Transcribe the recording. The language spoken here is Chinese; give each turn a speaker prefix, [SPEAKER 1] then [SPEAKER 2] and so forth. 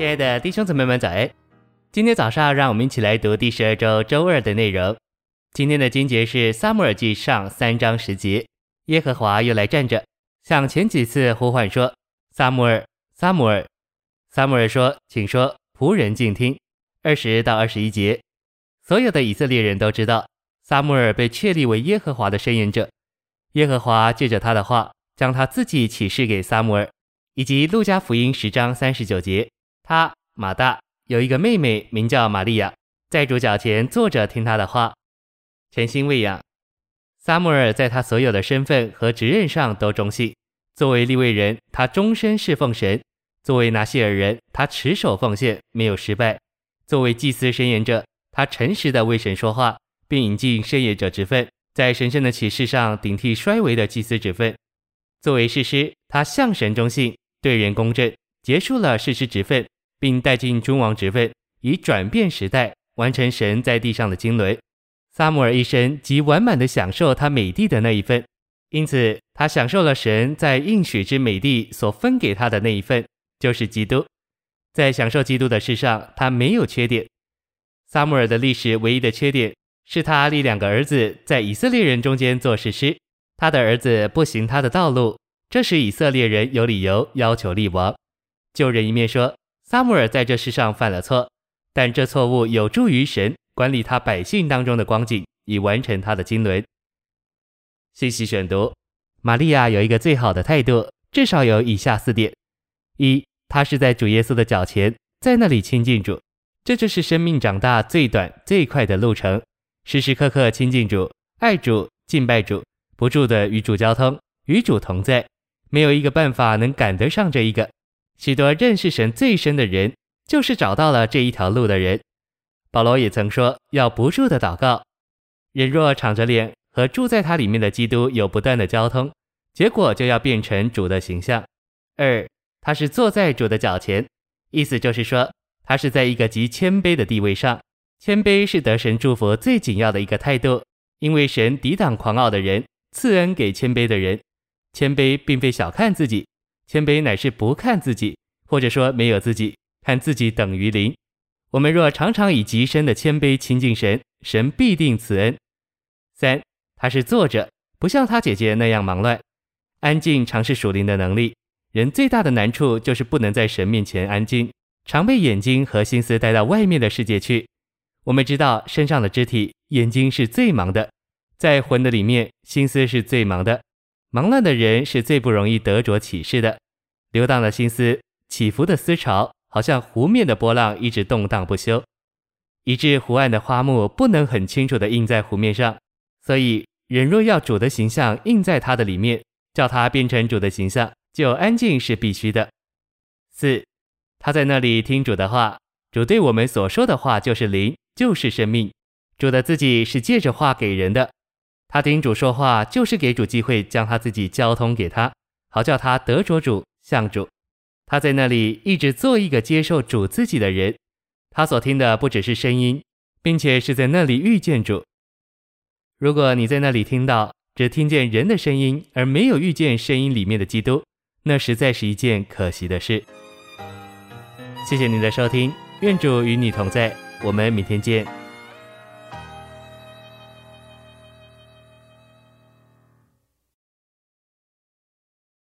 [SPEAKER 1] 亲爱的弟兄姊妹们早安，今天早上让我们一起来读第12周周二的内容。今天的经节是撒母耳记上3章10节，耶和华又来站着，像前几次呼唤说，撒母耳，撒母耳。撒母耳说，请说，仆人静听。20到21节，所有的以色列人都知道，撒母耳被确立为耶和华的申言者。耶和华借着他的话，将他自己启示给撒母耳，以及路加福音10章39节，他马大有一个妹妹名叫玛利亚，在主脚前坐着听他的话，全心喂养。撒母耳在他所有的身份和职任上都忠信。作为利未人，他终身侍奉神；作为拿细尔人，他持守奉献，没有失败；作为祭司申言者，他诚实地为神说话，并引进申言者职分，在神圣的启示上顶替衰微的祭司职分。作为士师，他向神忠信，对人公正，结束了士师职分，并带进君王职分，以转变时代，完成神在地上的经纶。撒母耳一生极完满地享受他美地的那一份，因此他享受了神在应许之美地所分给他的那一份，就是基督。在享受基督的事上，他没有缺点。撒母耳的历史唯一的缺点是他立2个儿子在以色列人中间做士师，他的儿子不行他的道路，这使以色列人有理由要求立王。就人一面说，撒母耳在这事上犯了错，但这错误有助于神管理他百姓当中的光景，以完成他的经纶。信息选读，玛利亚有一个最好的态度，至少有以下4点。1，她是在主耶稣的脚前，在那里亲近主，这就是生命长大最短最快的路程。时时刻刻亲近主，爱主，敬拜主，不住的与主交通，与主同在，没有一个办法能赶得上这一个。许多认识神最深的人，就是找到了这一条路的人。保罗也曾说，要不住的祷告。人若敞着脸和住在他里面的基督有不断的交通，结果就要变成主的形象。2，他是坐在主的脚前，意思就是说，他是在一个极谦卑的地位上。谦卑是得神祝福最紧要的一个态度，因为神抵挡狂傲的人，赐恩给谦卑的人。谦卑并非小看自己，谦卑乃是不看自己，或者说没有自己，看自己等于零。我们若常常以极深的谦卑亲近神，神必定赐恩。3，他是坐着，不像他姐姐那样忙乱。安静常是属灵的能力，人最大的难处就是不能在神面前安静，常被眼睛和心思带到外面的世界去。我们知道身上的肢体，眼睛是最忙的，在魂的里面，心思是最忙的。忙乱的人是最不容易得着启示的。流荡的心思，起伏的思潮，好像湖面的波浪，一直动荡不休，以致湖岸的花木不能很清楚地印在湖面上。所以人若要主的形象印在他的里面，叫他变成主的形象，就安静是必须的。4，他在那里听主的话，主对我们所说的话就是灵，就是生命。主的自己是借着话给人的，他听主说话，就是给主机会将他自己交通给他，好叫他得着主，像主。他在那里一直做一个接受主自己的人，他所听的不只是声音，并且是在那里遇见主。如果你在那里听到只听见人的声音，而没有遇见声音里面的基督，那实在是一件可惜的事。谢谢你的收听，愿主与你同在，我们明天见。